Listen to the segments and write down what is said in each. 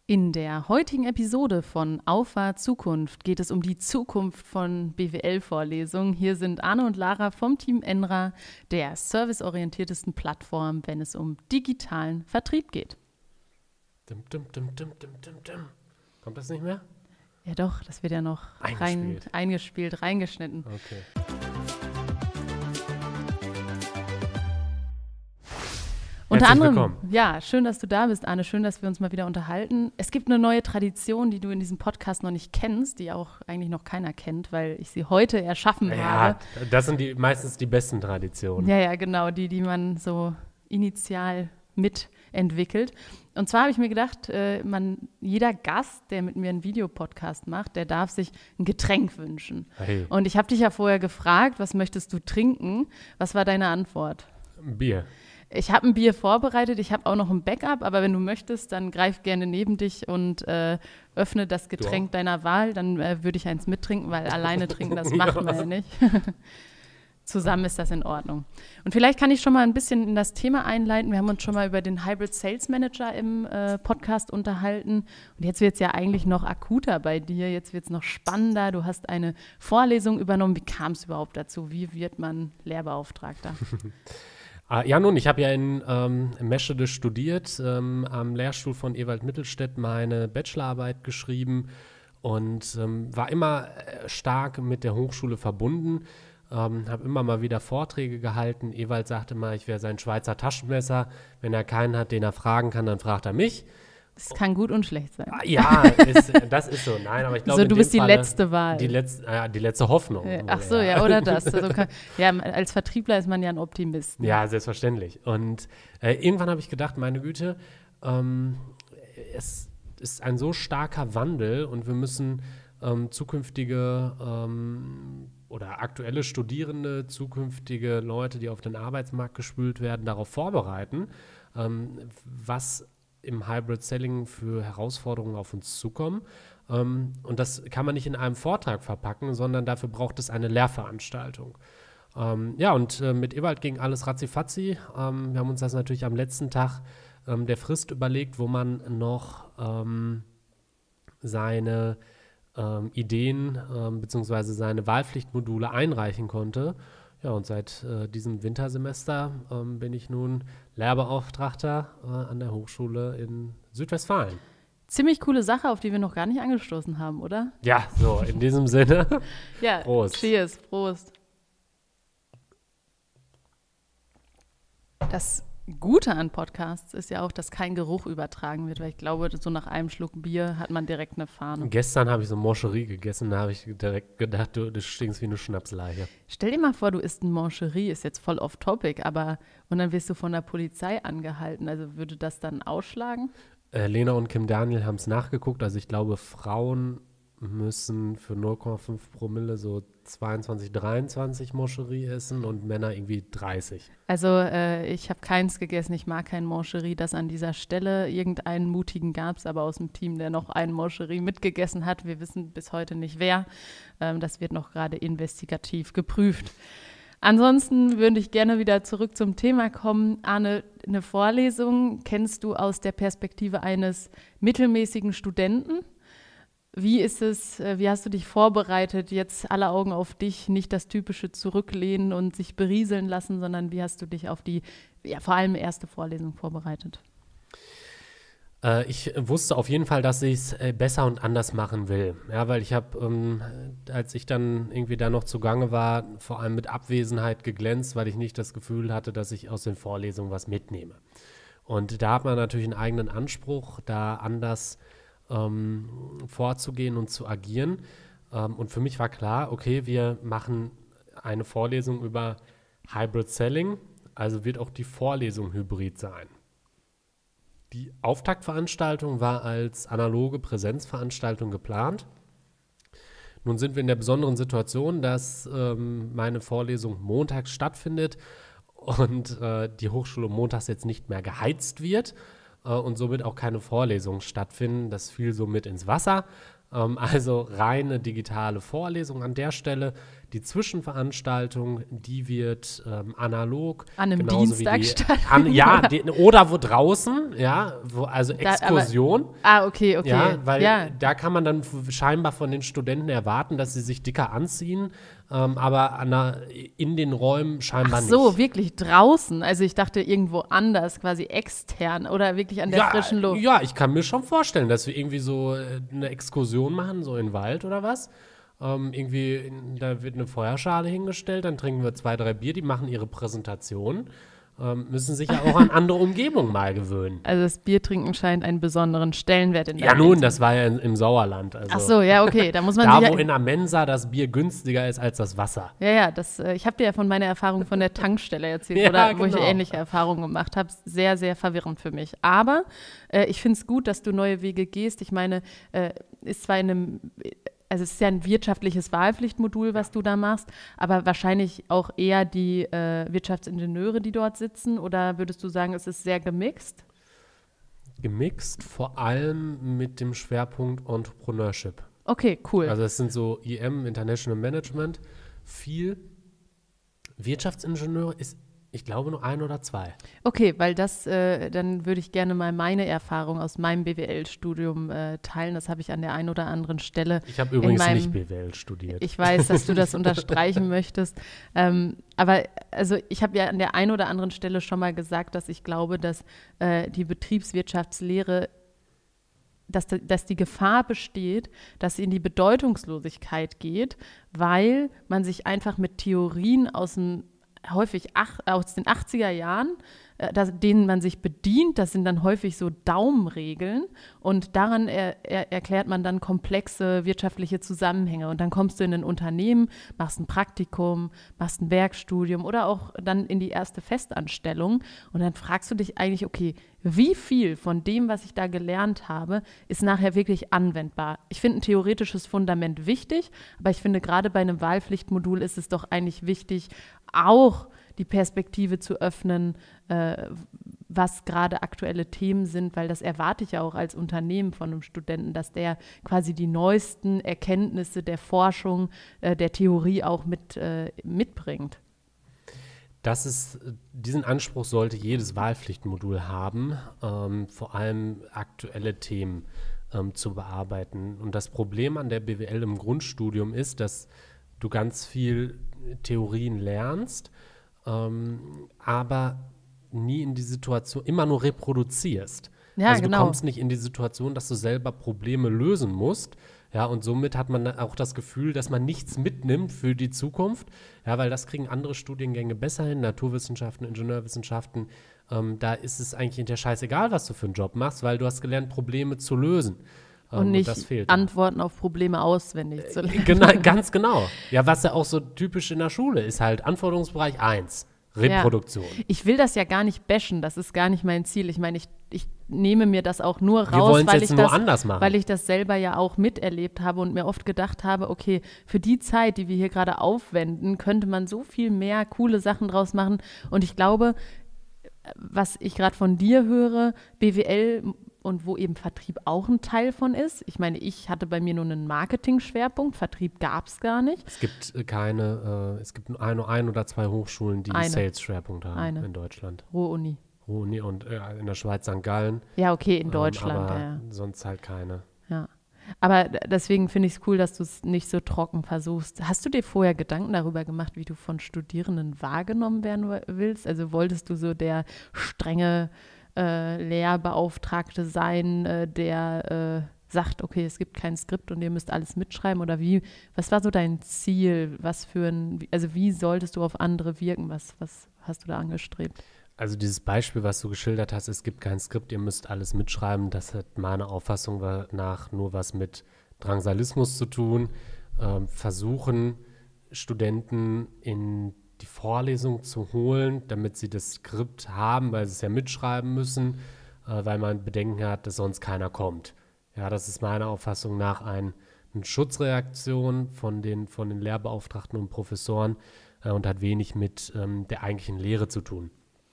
In der heutigen Episode von Aufwart Zukunft geht es um die Zukunft von BWL-Vorlesungen. Hier sind Arne und Lara vom Team Enra, der serviceorientiertesten Plattform, wenn es um digitalen Vertrieb geht. Kommt das nicht mehr? Ja doch, das wird ja noch eingespielt, reingeschnitten. Okay. Unter Herzlich anderem, willkommen. ja, schön, dass du da bist, Arne. Schön, dass wir uns mal wieder unterhalten. Es gibt eine neue Tradition, die du in diesem Podcast noch nicht kennst, die auch eigentlich noch keiner kennt, weil ich sie heute erschaffen habe. Ja, das sind meistens die besten Traditionen. Ja, genau, die man so initial mitentwickelt. Und zwar habe ich mir gedacht, jeder Gast, der mit mir einen Videopodcast macht, der darf sich ein Getränk wünschen. Hey. Und ich habe dich ja vorher gefragt, was möchtest du trinken? Was war deine Antwort? Bier. Ich habe ein Bier vorbereitet, ich habe auch noch ein Backup, aber wenn du möchtest, dann greif gerne neben dich und öffne das Getränk deiner Wahl. Dann würde ich eins mittrinken, weil alleine trinken, das machen wir ja nicht. Zusammen ist das in Ordnung. Und vielleicht kann ich schon mal ein bisschen in das Thema einleiten. Wir haben uns schon mal über den Hybrid Sales Manager im Podcast unterhalten. Und jetzt wird es ja eigentlich noch akuter bei dir. Jetzt wird es noch spannender. Du hast eine Vorlesung übernommen. Wie kam es überhaupt dazu? Wie wird man Lehrbeauftragter? Ja, nun, ich habe ja in Meschede studiert, am Lehrstuhl von Ewald Mittelstädt meine Bachelorarbeit geschrieben und war immer stark mit der Hochschule verbunden, habe immer mal wieder Vorträge gehalten. Ewald sagte mal, ich wäre sein Schweizer Taschenmesser. Wenn er keinen hat, den er fragen kann, dann fragt er mich. Das kann gut und schlecht sein. Ja, das ist so. Nein, aber ich glaube, du bist die letzte Wahl. Die letzte Hoffnung. Ach so, ja, oder das. Also als Vertriebler ist man ja ein Optimist. Ne? Ja, selbstverständlich. Und irgendwann habe ich gedacht, meine Güte, es ist ein so starker Wandel und wir müssen zukünftige oder aktuelle Studierende, zukünftige Leute, die auf den Arbeitsmarkt gespült werden, darauf vorbereiten, was im Hybrid Selling für Herausforderungen auf uns zukommen. Und das kann man nicht in einem Vortrag verpacken, sondern dafür braucht es eine Lehrveranstaltung. Mit Ewald ging alles ratzifatzi. Wir haben uns das natürlich am letzten Tag der Frist überlegt, wo man noch seine Ideen bzw. seine Wahlpflichtmodule einreichen konnte. Ja, und seit diesem Wintersemester bin ich nun Lehrbeauftragter an der Hochschule in Südwestfalen. Ziemlich coole Sache, auf die wir noch gar nicht angestoßen haben, oder? Ja, so, in diesem Sinne. Ja, Prost. Cheers, Prost. Das Gute an Podcasts ist ja auch, dass kein Geruch übertragen wird, weil ich glaube, so nach einem Schluck Bier hat man direkt eine Fahne. Gestern habe ich so Moncherie gegessen, da habe ich direkt gedacht, du stinkst wie eine Schnapsleiche. Stell dir mal vor, du isst ein Moncherie, ist jetzt voll off-topic, und dann wirst du von der Polizei angehalten. Also würde das dann ausschlagen? Lena und Kim Daniel haben es nachgeguckt, also ich glaube, Frauen müssen für 0,5 Promille so 22, 23 Moncherie essen und Männer irgendwie 30. Also ich habe keins gegessen, ich mag kein Moncherie, das an dieser Stelle. Irgendeinen Mutigen gab es aber aus dem Team, der noch ein Moncherie mitgegessen hat. Wir wissen bis heute nicht wer. Das wird noch gerade investigativ geprüft. Ansonsten würde ich gerne wieder zurück zum Thema kommen. Arne, eine Vorlesung kennst du aus der Perspektive eines mittelmäßigen Studenten? Wie ist es, wie hast du dich vorbereitet, jetzt alle Augen auf dich, nicht das typische Zurücklehnen und sich berieseln lassen, sondern wie hast du dich auf die, vor allem erste Vorlesung vorbereitet? Ich wusste auf jeden Fall, dass ich es besser und anders machen will. Ja, weil ich habe, als ich dann irgendwie da noch zugange war, vor allem mit Abwesenheit geglänzt, weil ich nicht das Gefühl hatte, dass ich aus den Vorlesungen was mitnehme. Und da hat man natürlich einen eigenen Anspruch, da anders vorzugehen und zu agieren. Und für mich war klar, okay, wir machen eine Vorlesung über Hybrid Selling, also wird auch die Vorlesung hybrid sein. Die Auftaktveranstaltung war als analoge Präsenzveranstaltung geplant. Nun sind wir in der besonderen Situation, dass meine Vorlesung montags stattfindet und die Hochschule montags jetzt nicht mehr geheizt wird. Und somit auch keine Vorlesungen stattfinden. Das fiel somit ins Wasser. Also reine digitale Vorlesung an der Stelle. Die Zwischenveranstaltung, die wird analog. An einem genauso Dienstag wie stattfinden? oder wo draußen, also Exkursion. Okay. Ja, weil da kann man dann scheinbar von den Studenten erwarten, dass sie sich dicker anziehen, aber in den Räumen scheinbar nicht. Ach so, wirklich draußen? Also ich dachte irgendwo anders, quasi extern oder wirklich an der frischen Luft? Ja, ich kann mir schon vorstellen, dass wir irgendwie so eine Exkursion machen, so in den Wald oder was. Da wird eine Feuerschale hingestellt, dann trinken wir 2, 3 Bier, die machen ihre Präsentation. Müssen sich ja auch an andere Umgebungen mal gewöhnen. Also das Biertrinken scheint einen besonderen Stellenwert in der Ja nun, das war ja im Sauerland. Also ach so, ja, okay, da muss man da, sich wo in der Mensa das Bier günstiger ist als das Wasser. Ja, ich habe dir ja von meiner Erfahrung von der Tankstelle erzählt, wo ich ähnliche Erfahrungen gemacht habe. Sehr, sehr verwirrend für mich. Aber ich finde es gut, dass du neue Wege gehst. Ich meine, ist zwar also es ist ja ein wirtschaftliches Wahlpflichtmodul, was du da machst, aber wahrscheinlich auch eher die Wirtschaftsingenieure, die dort sitzen, oder würdest du sagen, es ist sehr gemixt? Gemixt, vor allem mit dem Schwerpunkt Entrepreneurship. Okay, cool. Also es sind so IM, International Management, viel. Wirtschaftsingenieure ist, ich glaube, nur 1 oder 2. Okay, weil dann würde ich gerne mal meine Erfahrung aus meinem BWL-Studium teilen. Das habe ich an der einen oder anderen Stelle. Ich habe übrigens nicht BWL studiert. Ich weiß, dass du das unterstreichen möchtest. Aber also ich habe ja an der einen oder anderen Stelle schon mal gesagt, dass ich glaube, dass die Betriebswirtschaftslehre dass die Gefahr besteht, dass sie in die Bedeutungslosigkeit geht, weil man sich einfach mit Theorien häufig aus den 80er Jahren, denen man sich bedient, das sind dann häufig so Daumenregeln und daran erklärt man dann komplexe wirtschaftliche Zusammenhänge und dann kommst du in ein Unternehmen, machst ein Praktikum, machst ein Werkstudium oder auch dann in die erste Festanstellung und dann fragst du dich eigentlich, okay, wie viel von dem, was ich da gelernt habe, ist nachher wirklich anwendbar? Ich finde ein theoretisches Fundament wichtig, aber ich finde gerade bei einem Wahlpflichtmodul ist es doch eigentlich wichtig, auch die Perspektive zu öffnen, was gerade aktuelle Themen sind, weil das erwarte ich ja auch als Unternehmen von einem Studenten, dass der quasi die neuesten Erkenntnisse der Forschung, der Theorie auch mitbringt. Diesen Anspruch sollte jedes Wahlpflichtmodul haben, vor allem aktuelle Themen zu bearbeiten. Und das Problem an der BWL im Grundstudium ist, dass du ganz viel Theorien lernst, aber nie in die Situation, immer nur reproduzierst. Ja, also genau. Du kommst nicht in die Situation, dass du selber Probleme lösen musst. Ja, und somit hat man auch das Gefühl, dass man nichts mitnimmt für die Zukunft. Ja, weil das kriegen andere Studiengänge besser hin, Naturwissenschaften, Ingenieurwissenschaften. Da ist es eigentlich hinterher scheißegal, was du für einen Job machst, weil du hast gelernt, Probleme zu lösen. Und nicht das fehlt Antworten auf Probleme auswendig zu lernen. Genau, ganz genau. Ja, was ja auch so typisch in der Schule ist, halt Anforderungsbereich 1, Reproduktion. Ja. Ich will das ja gar nicht bashen, das ist gar nicht mein Ziel. Ich meine, ich nehme mir das auch nur raus, Wir wollen es jetzt nur anders machen. Weil ich das selber ja auch miterlebt habe und mir oft gedacht habe, okay, für die Zeit, die wir hier gerade aufwenden, könnte man so viel mehr coole Sachen draus machen. Und ich glaube, was ich gerade von dir höre, BWL und wo eben Vertrieb auch ein Teil von ist. Ich meine, ich hatte bei mir nur einen Marketing-Schwerpunkt, Vertrieb gab es gar nicht. Es gibt nur ein oder 2 Hochschulen, die Sales-Schwerpunkt haben in Deutschland. Ruhr-Uni. Ruhr-Uni und in der Schweiz St. Gallen. Ja, okay, in Deutschland. Aber sonst halt keine. Ja. Aber deswegen finde ich es cool, dass du es nicht so trocken versuchst. Hast du dir vorher Gedanken darüber gemacht, wie du von Studierenden wahrgenommen werden willst? Also wolltest du so der strenge Lehrbeauftragte sein, der sagt, okay, es gibt kein Skript und ihr müsst alles mitschreiben? Oder was war so dein Ziel? Wie solltest du auf andere wirken? Was hast du da angestrebt? Also dieses Beispiel, was du geschildert hast, es gibt kein Skript, ihr müsst alles mitschreiben, das hat meiner Auffassung nach nur was mit Drangsalismus zu tun. Versuchen, Studenten in die Vorlesung zu holen, damit sie das Skript haben, weil sie es ja mitschreiben müssen, weil man Bedenken hat, dass sonst keiner kommt. Ja, das ist meiner Auffassung nach eine Schutzreaktion von den Lehrbeauftragten und Professoren und hat wenig mit der eigentlichen Lehre zu tun.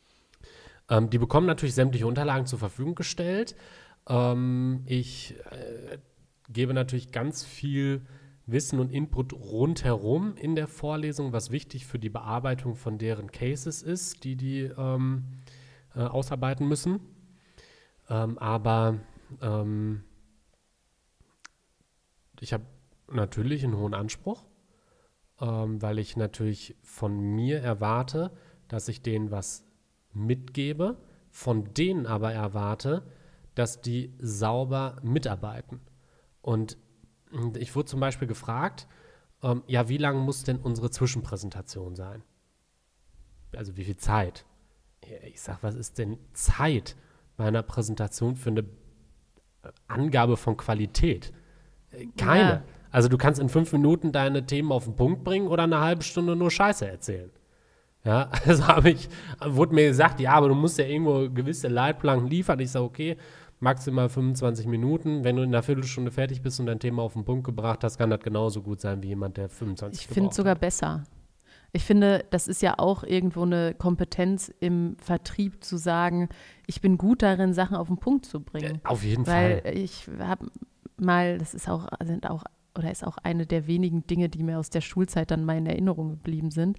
Die bekommen natürlich sämtliche Unterlagen zur Verfügung gestellt. Ich gebe natürlich ganz viel Wissen und Input rundherum in der Vorlesung, was wichtig für die Bearbeitung von deren Cases ist, die ausarbeiten müssen. Aber ich habe natürlich einen hohen Anspruch, weil ich natürlich von mir erwarte, dass ich denen was mitgebe, von denen aber erwarte, dass die sauber mitarbeiten. Und ich wurde zum Beispiel gefragt, ja, wie lang muss denn unsere Zwischenpräsentation sein? Also wie viel Zeit? Ich sage, was ist denn Zeit bei einer Präsentation für eine Angabe von Qualität? Keine. Ja. Also du kannst in 5 Minuten deine Themen auf den Punkt bringen oder eine halbe Stunde nur Scheiße erzählen. Ja, also wurde mir gesagt, ja, aber du musst ja irgendwo gewisse Leitplanken liefern. Ich sage, okay, maximal 25 Minuten. Wenn du in einer Viertelstunde fertig bist und dein Thema auf den Punkt gebracht hast, kann das genauso gut sein wie jemand, der 25 Ich finde es sogar besser. Ich finde, das ist ja auch irgendwo eine Kompetenz im Vertrieb zu sagen, ich bin gut darin, Sachen auf den Punkt zu bringen. Auf jeden Fall. Weil ich habe mal, das ist auch eine der wenigen Dinge, die mir aus der Schulzeit dann mal in Erinnerung geblieben sind.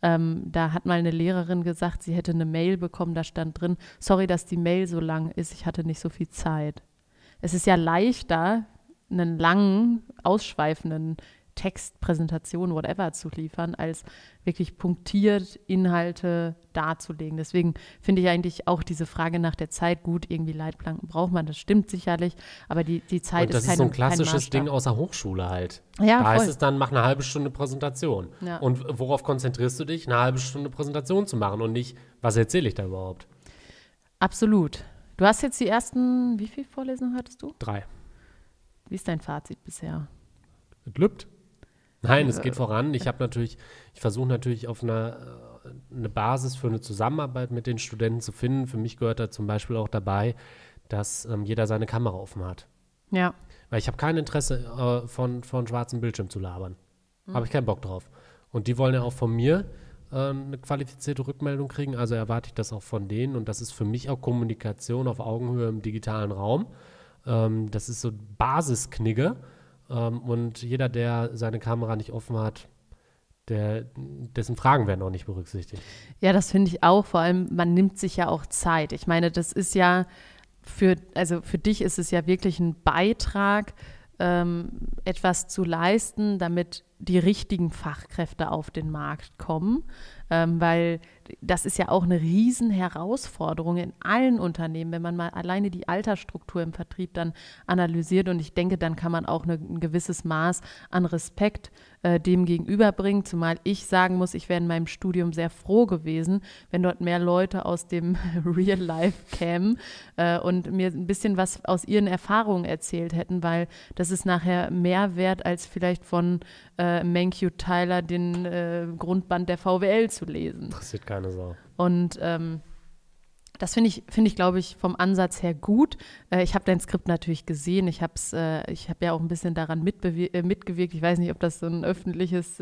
Da hat mal eine Lehrerin gesagt, sie hätte eine Mail bekommen, da stand drin, sorry, dass die Mail so lang ist, ich hatte nicht so viel Zeit. Es ist ja leichter, einen langen, ausschweifenden Text, Präsentation, whatever zu liefern, als wirklich punktiert Inhalte darzulegen. Deswegen finde ich eigentlich auch diese Frage nach der Zeit gut. Irgendwie Leitplanken braucht man, das stimmt sicherlich, aber die Zeit ist kein Und das ist so ein klassisches Ding aus der Hochschule halt. Ja, da heißt es dann, mach eine halbe Stunde Präsentation. Ja. Und worauf konzentrierst du dich? Eine halbe Stunde Präsentation zu machen und nicht, was erzähle ich da überhaupt? Absolut. Du hast jetzt die ersten, wie viele Vorlesungen hattest du? 3. Wie ist dein Fazit bisher? Es lübt. Nein, es geht voran. Ich versuche natürlich auf eine Basis für eine Zusammenarbeit mit den Studenten zu finden. Für mich gehört da zum Beispiel auch dabei, dass jeder seine Kamera offen hat. Ja. Weil ich habe kein Interesse, von schwarzem Bildschirm zu labern. Habe ich keinen Bock drauf. Und die wollen ja auch von mir eine qualifizierte Rückmeldung kriegen. Also erwarte ich das auch von denen. Und das ist für mich auch Kommunikation auf Augenhöhe im digitalen Raum. Das ist so Basisknigge. Und jeder, der seine Kamera nicht offen hat, dessen Fragen werden auch nicht berücksichtigt. Ja, das finde ich auch. Vor allem, man nimmt sich ja auch Zeit. Ich meine, das ist ja für dich ist es ja wirklich ein Beitrag, etwas zu leisten, damit die richtigen Fachkräfte auf den Markt kommen, weil das ist ja auch eine Riesenherausforderung in allen Unternehmen, wenn man mal alleine die Altersstruktur im Vertrieb dann analysiert, und ich denke, dann kann man auch ein gewisses Maß an Respekt dem gegenüberbringen, zumal ich sagen muss, ich wäre in meinem Studium sehr froh gewesen, wenn dort mehr Leute aus dem Real Life kämen und mir ein bisschen was aus ihren Erfahrungen erzählt hätten, weil das ist nachher mehr wert, als vielleicht von Mankiw Tyler den Grundband der VWL zu lesen. Interessiert keine Sau. Und das finde ich, glaube ich, vom Ansatz her gut. Ich habe dein Skript natürlich gesehen. Ich habe ja auch ein bisschen daran mitgewirkt. Ich weiß nicht, ob das so ein öffentlich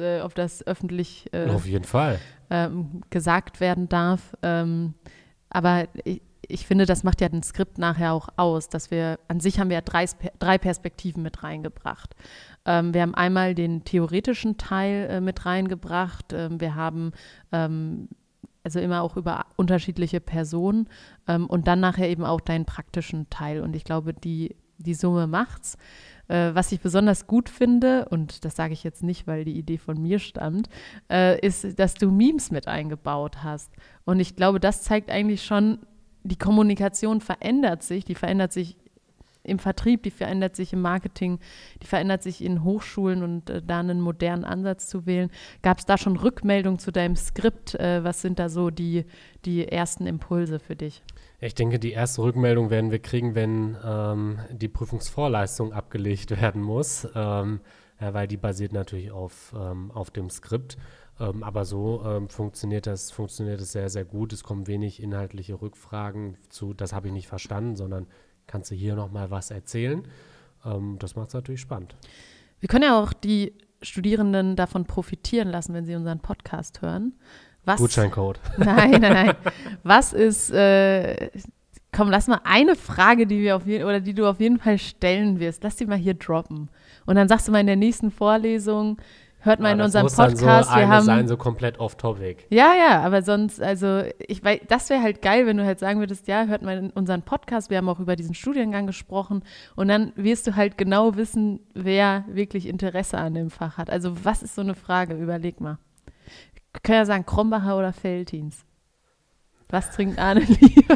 auf jeden Fall gesagt werden darf. Aber ich finde, das macht ja ein Skript nachher auch aus, dass an sich haben wir ja drei Perspektiven mit reingebracht. Wir haben einmal den theoretischen Teil mit reingebracht. Wir haben also immer auch über unterschiedliche Personen und dann nachher eben auch deinen praktischen Teil. Und ich glaube, die Summe macht's. Was ich besonders gut finde, und das sage ich jetzt nicht, weil die Idee von mir stammt, ist, dass du Memes mit eingebaut hast. Und ich glaube, das zeigt eigentlich schon, die Kommunikation verändert sich. Die verändert sich im Vertrieb, die verändert sich im Marketing, die verändert sich in Hochschulen, und da einen modernen Ansatz zu wählen. Gab es da schon Rückmeldungen zu deinem Skript? Was sind da so die ersten Impulse für dich? Ich denke, die erste Rückmeldung werden wir kriegen, wenn die Prüfungsvorleistung abgelegt werden muss, weil die basiert natürlich auf dem Skript. Aber so funktioniert das sehr, sehr gut. Es kommen wenig inhaltliche Rückfragen zu, das habe ich nicht verstanden, sondern kannst du hier nochmal was erzählen? Das macht es natürlich spannend. Wir können ja auch die Studierenden davon profitieren lassen, wenn sie unseren Podcast hören. Gutscheincode. Nein. Was ist Komm, lass mal eine Frage, die du auf jeden Fall stellen wirst. Lass die mal hier droppen. Und dann sagst du mal in der nächsten Vorlesung, hört mal in unserem Podcast. Das muss dann so sein, so komplett off-topic. Ja, aber sonst, also das wäre halt geil, wenn du halt sagen würdest, ja, hört mal in unseren Podcast, wir haben auch über diesen Studiengang gesprochen und dann wirst du halt genau wissen, wer wirklich Interesse an dem Fach hat. Also was ist so eine Frage? Überleg mal. Wir können ja sagen, Krombacher oder Veltins. Was trinkt Arne lieber?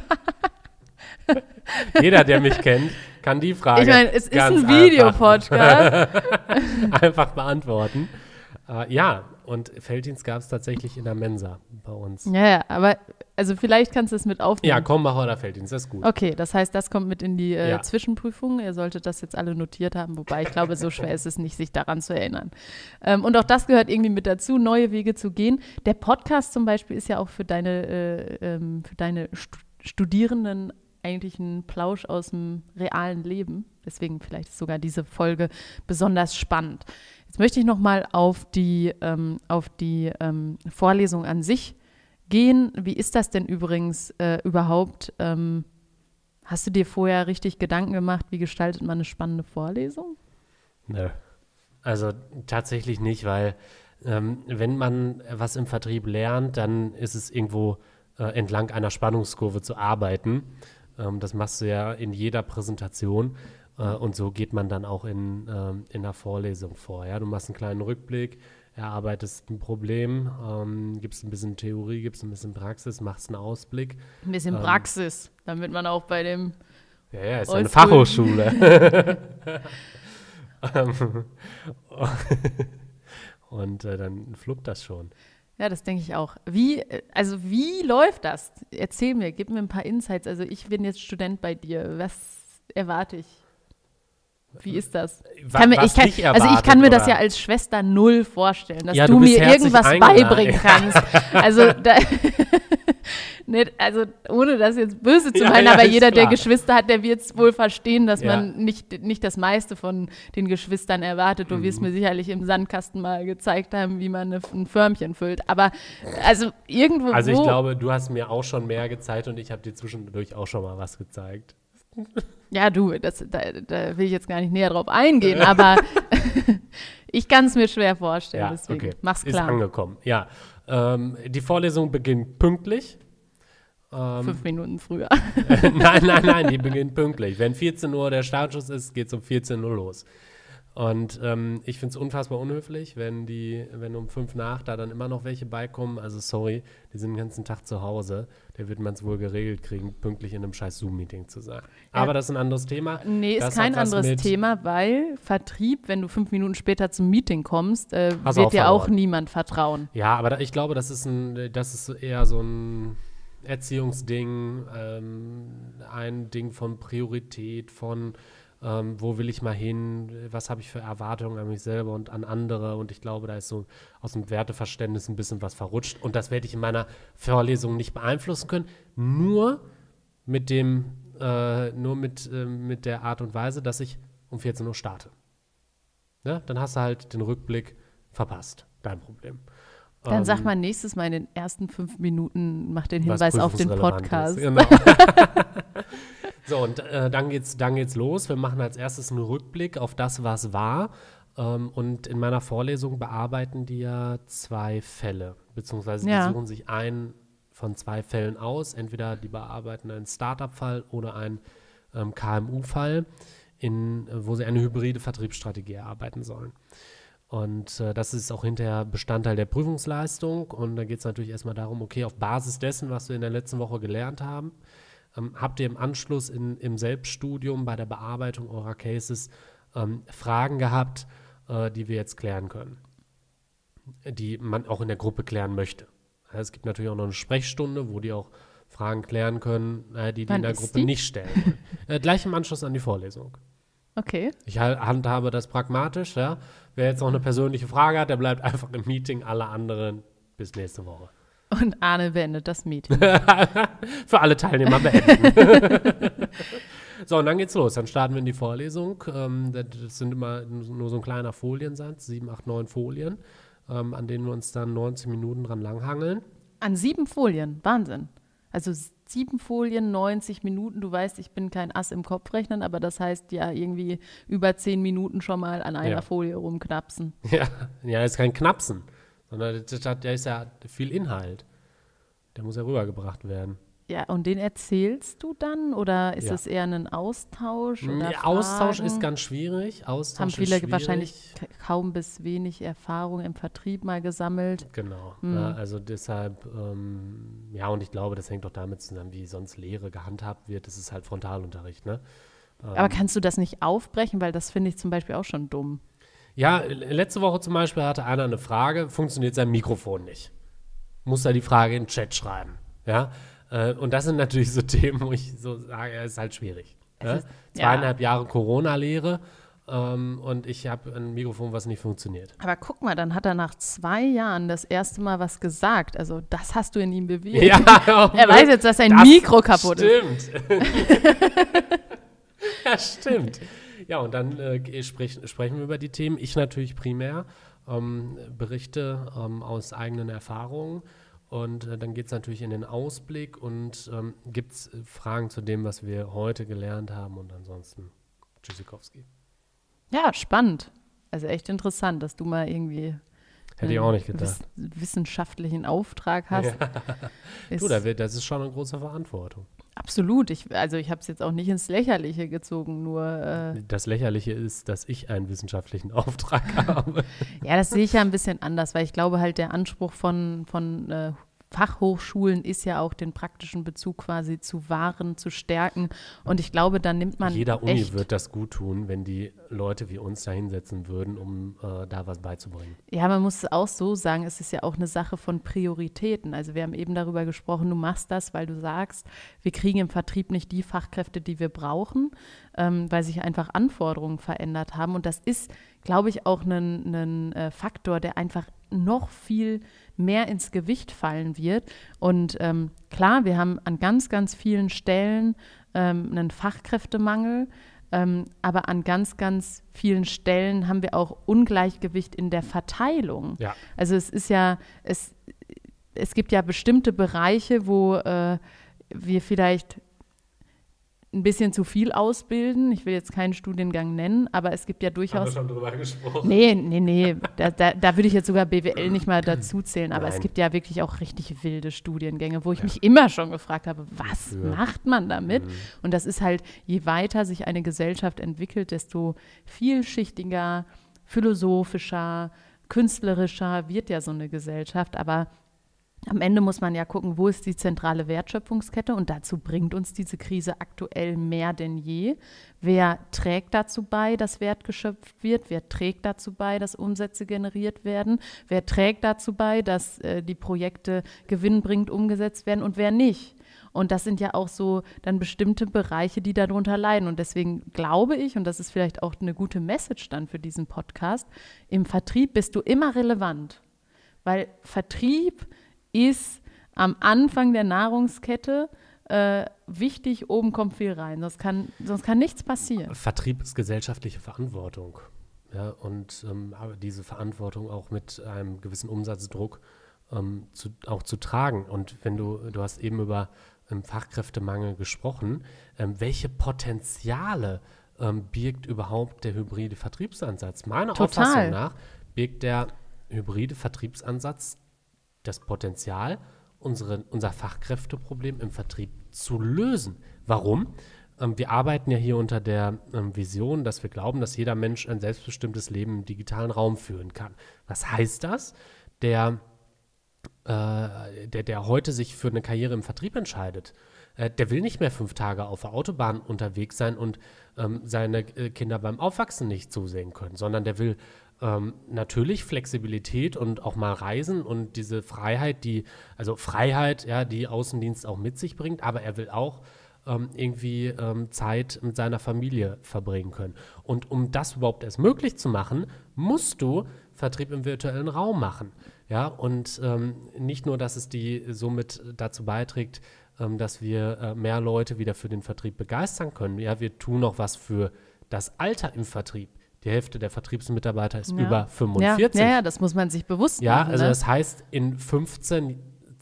Jeder, der mich kennt, kann die Frage ich meine, es ist ein Videopodcast. einfach beantworten. Ja, und Veltins gab es tatsächlich in der Mensa bei uns. Ja, aber also vielleicht kannst du es mit aufnehmen. Ja, Krombacher oder Veltins, das ist gut. Okay, das heißt, das kommt mit in die Zwischenprüfung. Ihr solltet das jetzt alle notiert haben, wobei ich glaube, so schwer ist es nicht, sich daran zu erinnern. Und auch das gehört irgendwie mit dazu, neue Wege zu gehen. Der Podcast zum Beispiel ist ja auch für deine Studierenden eigentlich ein Plausch aus dem realen Leben. Deswegen vielleicht ist sogar diese Folge besonders spannend. Jetzt möchte ich noch mal auf die Vorlesung an sich gehen. Wie ist das denn übrigens überhaupt? Hast du dir vorher richtig Gedanken gemacht, wie gestaltet man eine spannende Vorlesung? Nö. Also tatsächlich nicht, weil wenn man was im Vertrieb lernt, dann ist es irgendwo entlang einer Spannungskurve zu arbeiten. Das machst du ja in jeder Präsentation. Und so geht man dann auch in der Vorlesung vor. Ja? Du machst einen kleinen Rückblick, erarbeitest ein Problem, gibst ein bisschen Theorie, gibst ein bisschen Praxis, machst einen Ausblick. Ein bisschen Praxis, damit man auch bei dem Ja, ist ja eine Fachhochschule. Und dann fluppt das schon. Ja, das denke ich auch. Wie läuft das? Erzähl mir, gib mir ein paar Insights. Also ich bin jetzt Student bei dir. Was erwarte ich? Wie ist das? Ich kann mir das ja als Schwester null vorstellen, dass du mir irgendwas beibringen kannst. Also, ohne das jetzt böse zu meinen, aber jeder, der Geschwister hat, der wird es wohl verstehen, dass man nicht das meiste von den Geschwistern erwartet. Du wirst mir sicherlich im Sandkasten mal gezeigt haben, wie man ein Förmchen füllt. Aber also irgendwo. Also ich glaube, du hast mir auch schon mehr gezeigt und ich habe dir zwischendurch auch schon mal was gezeigt. Ja, da will ich jetzt gar nicht näher drauf eingehen, aber ich kann es mir schwer vorstellen, deswegen mach's klar. Ist angekommen, ja. Die Vorlesung beginnt pünktlich. 5 Minuten früher. Nein, die beginnt pünktlich. Wenn 14 Uhr der Startschuss ist, geht es um 14 Uhr los. Und ich finde es unfassbar unhöflich, wenn um 5 nach da dann immer noch welche beikommen. Also sorry, die sind den ganzen Tag zu Hause. Da wird man es wohl geregelt kriegen, pünktlich in einem scheiß Zoom-Meeting zu sein. Ja. Aber das ist ein anderes Thema. Nee, ist kein anderes Thema, weil Vertrieb, wenn du 5 Minuten später zum Meeting kommst, wird dir auch niemand vertrauen. Ja, aber ich glaube, das ist eher so ein Erziehungsding, ein Ding von Priorität, von wo will ich mal hin, was habe ich für Erwartungen an mich selber und an andere, und ich glaube, da ist so aus dem Werteverständnis ein bisschen was verrutscht und das werde ich in meiner Vorlesung nicht beeinflussen können, nur mit der Art und Weise, dass ich um 14 Uhr starte. Ne? Dann hast du halt den Rückblick verpasst, dein Problem. Dann sag mal nächstes Mal in den ersten 5 Minuten, mach den Hinweis auf den Podcast. Genau. So, und dann geht's los. Wir machen als erstes einen Rückblick auf das, was war. Und in meiner Vorlesung bearbeiten die ja 2 Fälle, beziehungsweise die suchen sich einen von 2 Fällen aus. Entweder die bearbeiten einen Startup-Fall oder einen KMU-Fall, wo sie eine hybride Vertriebsstrategie erarbeiten sollen. Und das ist auch hinterher Bestandteil der Prüfungsleistung. Und da geht es natürlich erstmal darum, okay, auf Basis dessen, was wir in der letzten Woche gelernt haben, habt ihr im Anschluss im Selbststudium bei der Bearbeitung eurer Cases Fragen gehabt, die wir jetzt klären können, die man auch in der Gruppe klären möchte. Ja, es gibt natürlich auch noch eine Sprechstunde, wo die auch Fragen klären können, die in der Gruppe nicht stellen wollen. Gleich im Anschluss an die Vorlesung. Okay. Ich handhabe das pragmatisch. Ja. Wer jetzt noch eine persönliche Frage hat, der bleibt einfach im Meeting, alle anderen bis nächste Woche. Und Arne beendet das Meeting. Für alle Teilnehmer beenden. So, und dann geht's los. Dann starten wir in die Vorlesung. Das sind immer nur so ein kleiner Foliensatz, 7, 8, 9 Folien, an denen wir uns dann 90 Minuten dran langhangeln. An 7 Folien? Wahnsinn. Also 7 Folien, 90 Minuten. Du weißt, ich bin kein Ass im Kopfrechnen, aber das heißt ja irgendwie über 10 Minuten schon mal an einer Folie rumknapsen. Ja, ist kein Knapsen, sondern der ist ja viel Inhalt. Der muss ja rübergebracht werden. Ja, und den erzählst du dann oder ist es eher ein Austausch? Oder Austausch ist ganz schwierig. Haben viele wahrscheinlich kaum bis wenig Erfahrung im Vertrieb mal gesammelt. Genau. Ja, also deshalb, und ich glaube, das hängt doch damit zusammen, wie sonst Lehre gehandhabt wird. Das ist halt Frontalunterricht, ne? Aber kannst du das nicht aufbrechen? Weil das finde ich zum Beispiel auch schon dumm. Ja, letzte Woche zum Beispiel hatte einer eine Frage, funktioniert sein Mikrofon nicht. Muss er die Frage in den Chat schreiben, ja? Und das sind natürlich so Themen, wo ich so sage, ist halt schwierig. Ne? 2,5 Jahre Corona-Lehre und ich habe ein Mikrofon, was nicht funktioniert. Aber guck mal, dann hat er nach 2 Jahren das erste Mal was gesagt. Also das hast du in ihm bewegt. Ja, er weiß jetzt, dass sein Mikro kaputt ist. Stimmt. Ja, stimmt. Ja, und dann sprechen wir über die Themen. Ich natürlich primär berichte aus eigenen Erfahrungen. Und dann geht es natürlich in den Ausblick und gibt es Fragen zu dem, was wir heute gelernt haben. Und ansonsten Tschüssikowski. Ja, spannend. Also echt interessant, dass du mal irgendwie hätte ich auch nicht gedacht. Wissenschaftlichen Auftrag hast. Ja. Das ist schon eine große Verantwortung. Absolut. Ich habe es jetzt auch nicht ins Lächerliche gezogen, nur das Lächerliche ist, dass ich einen wissenschaftlichen Auftrag habe. Ja, das sehe ich ja ein bisschen anders, weil ich glaube halt, der Anspruch von Fachhochschulen ist ja auch den praktischen Bezug quasi zu wahren, zu stärken. Und ich glaube, dann nimmt man jeder Uni wird das gut tun, wenn die Leute wie uns da hinsetzen würden, um da was beizubringen. Ja, man muss es auch so sagen, es ist ja auch eine Sache von Prioritäten. Also wir haben eben darüber gesprochen, du machst das, weil du sagst, wir kriegen im Vertrieb nicht die Fachkräfte, die wir brauchen, weil sich einfach Anforderungen verändert haben. Und das ist, glaube ich, auch ein Faktor, der einfach noch viel mehr ins Gewicht fallen wird. Und klar, wir haben an ganz, ganz vielen Stellen einen Fachkräftemangel, aber an ganz, ganz vielen Stellen haben wir auch Ungleichgewicht in der Verteilung. Ja. Also es ist ja, es gibt ja bestimmte Bereiche, wo wir vielleicht ein bisschen zu viel ausbilden. Ich will jetzt keinen Studiengang nennen, aber es gibt ja durchaus... Haben wir schon drüber gesprochen? Nee. Da würde ich jetzt sogar BWL nicht mal dazu zählen, aber Nein. Es gibt ja wirklich auch richtig wilde Studiengänge, wo ich mich immer schon gefragt habe, was macht man damit? Und das ist halt, je weiter sich eine Gesellschaft entwickelt, desto vielschichtiger, philosophischer, künstlerischer wird ja so eine Gesellschaft, aber am Ende muss man ja gucken, wo ist die zentrale Wertschöpfungskette, und dazu bringt uns diese Krise aktuell mehr denn je. Wer trägt dazu bei, dass Wert geschöpft wird? Wer trägt dazu bei, dass Umsätze generiert werden? Wer trägt dazu bei, dass die Projekte gewinnbringend umgesetzt werden und wer nicht? Und das sind ja auch so dann bestimmte Bereiche, die darunter leiden. Und deswegen glaube ich, und das ist vielleicht auch eine gute Message dann für diesen Podcast, im Vertrieb bist du immer relevant, weil Vertrieb ist am Anfang der Nahrungskette wichtig, oben kommt viel rein, sonst kann nichts passieren. Vertrieb ist gesellschaftliche Verantwortung. Ja, und aber diese Verantwortung auch mit einem gewissen Umsatzdruck zu tragen. Und wenn du hast eben über Fachkräftemangel gesprochen, welche Potenziale birgt überhaupt der hybride Vertriebsansatz? Meiner Auffassung nach birgt der hybride Vertriebsansatz das Potenzial, unser Fachkräfteproblem im Vertrieb zu lösen. Warum? Wir arbeiten ja hier unter der Vision, dass wir glauben, dass jeder Mensch ein selbstbestimmtes Leben im digitalen Raum führen kann. Was heißt das? Der heute sich für eine Karriere im Vertrieb entscheidet, der will nicht mehr 5 Tage auf der Autobahn unterwegs sein und seine Kinder beim Aufwachsen nicht zusehen können, sondern der will natürlich Flexibilität und auch mal reisen und diese Freiheit, die Außendienst auch mit sich bringt, aber er will auch irgendwie Zeit mit seiner Familie verbringen können. Und um das überhaupt erst möglich zu machen, musst du Vertrieb im virtuellen Raum machen. Ja, und nicht nur, dass es die somit dazu beiträgt, dass wir mehr Leute wieder für den Vertrieb begeistern können. Ja, wir tun noch was für das Alter im Vertrieb. Die Hälfte der Vertriebsmitarbeiter ist über 45. Ja, das muss man sich bewusst machen. Ja, also das heißt, in 15,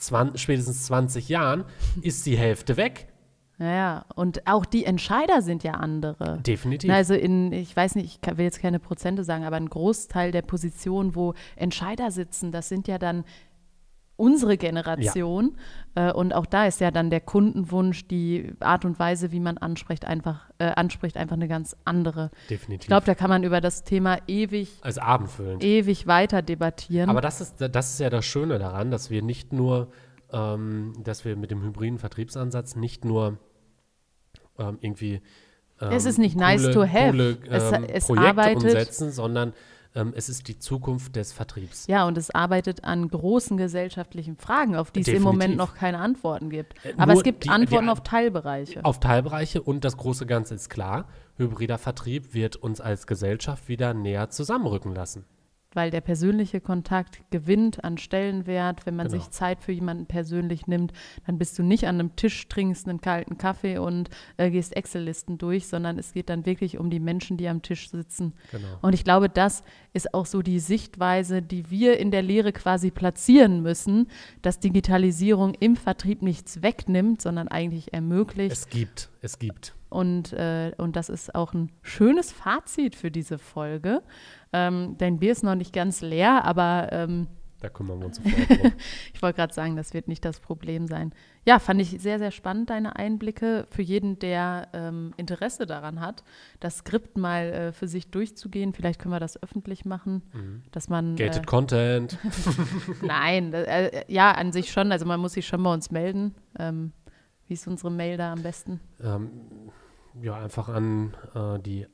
spätestens 20 Jahren ist die Hälfte weg. Ja, und auch die Entscheider sind ja andere. Definitiv. Also ich weiß nicht, ich will jetzt keine Prozente sagen, aber ein Großteil der Positionen, wo Entscheider sitzen, das sind ja dann unsere Generation. Ja. Und auch da ist ja dann der Kundenwunsch, die Art und Weise, wie man anspricht, einfach eine ganz andere. Definitiv. Ich glaube, da kann man über das Thema ewig weiter debattieren. Aber das ist ja das Schöne daran, dass wir nicht nur, dass wir mit dem hybriden Vertriebsansatz nicht nur irgendwie es ist nicht nice to have. Coole, es Projekte arbeitet, umsetzen, sondern es ist die Zukunft des Vertriebs. Ja, und es arbeitet an großen gesellschaftlichen Fragen, auf die es Definitiv. im Moment noch keine Antworten gibt. Aber es gibt Antworten auf Teilbereiche. Auf Teilbereiche und das große Ganze ist klar, hybrider Vertrieb wird uns als Gesellschaft wieder näher zusammenrücken lassen. Weil der persönliche Kontakt gewinnt an Stellenwert. Wenn man sich Zeit für jemanden persönlich nimmt, dann bist du nicht an einem Tisch, trinkst einen kalten Kaffee und gehst Excel-Listen durch, sondern es geht dann wirklich um die Menschen, die am Tisch sitzen. Genau. Und ich glaube, das ist auch so die Sichtweise, die wir in der Lehre quasi platzieren müssen, dass Digitalisierung im Vertrieb nichts wegnimmt, sondern eigentlich ermöglicht. Es gibt. Und das ist auch ein schönes Fazit für diese Folge. Dein Bier ist noch nicht ganz leer, aber da kümmern wir uns sofort drum. Ich wollte gerade sagen, das wird nicht das Problem sein. Ja, fand ich sehr, sehr spannend, deine Einblicke. Für jeden, der Interesse daran hat, das Skript mal für sich durchzugehen. Vielleicht können wir das öffentlich machen, dass man Gated Content. Nein, ja, an sich schon. Also man muss sich schon bei uns melden. Wie ist unsere Mail da am besten? Ja, einfach an die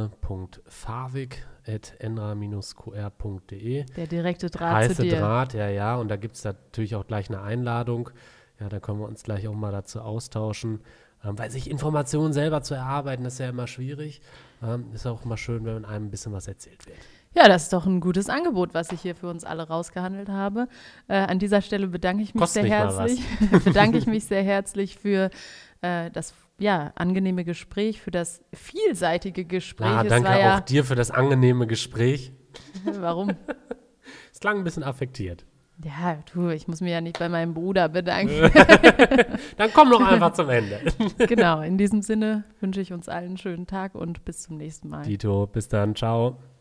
arne.favik@enra-qr.de. Der direkte Draht zu dir. Heiße Draht, ja. Und da gibt es natürlich auch gleich eine Einladung. Ja, da können wir uns gleich auch mal dazu austauschen. Weil sich Informationen selber zu erarbeiten, das ist ja immer schwierig. Ist auch immer schön, wenn einem ein bisschen was erzählt wird. Ja, das ist doch ein gutes Angebot, was ich hier für uns alle rausgehandelt habe. An dieser Stelle bedanke ich mich sehr herzlich für das angenehme Gespräch, für das vielseitige Gespräch. Danke auch dir für das angenehme Gespräch. Warum? Es klang ein bisschen affektiert. Ja, ich muss mich ja nicht bei meinem Bruder bedanken. Dann komm doch einfach zum Ende. Genau, in diesem Sinne wünsche ich uns allen einen schönen Tag und bis zum nächsten Mal. Dito, bis dann, ciao.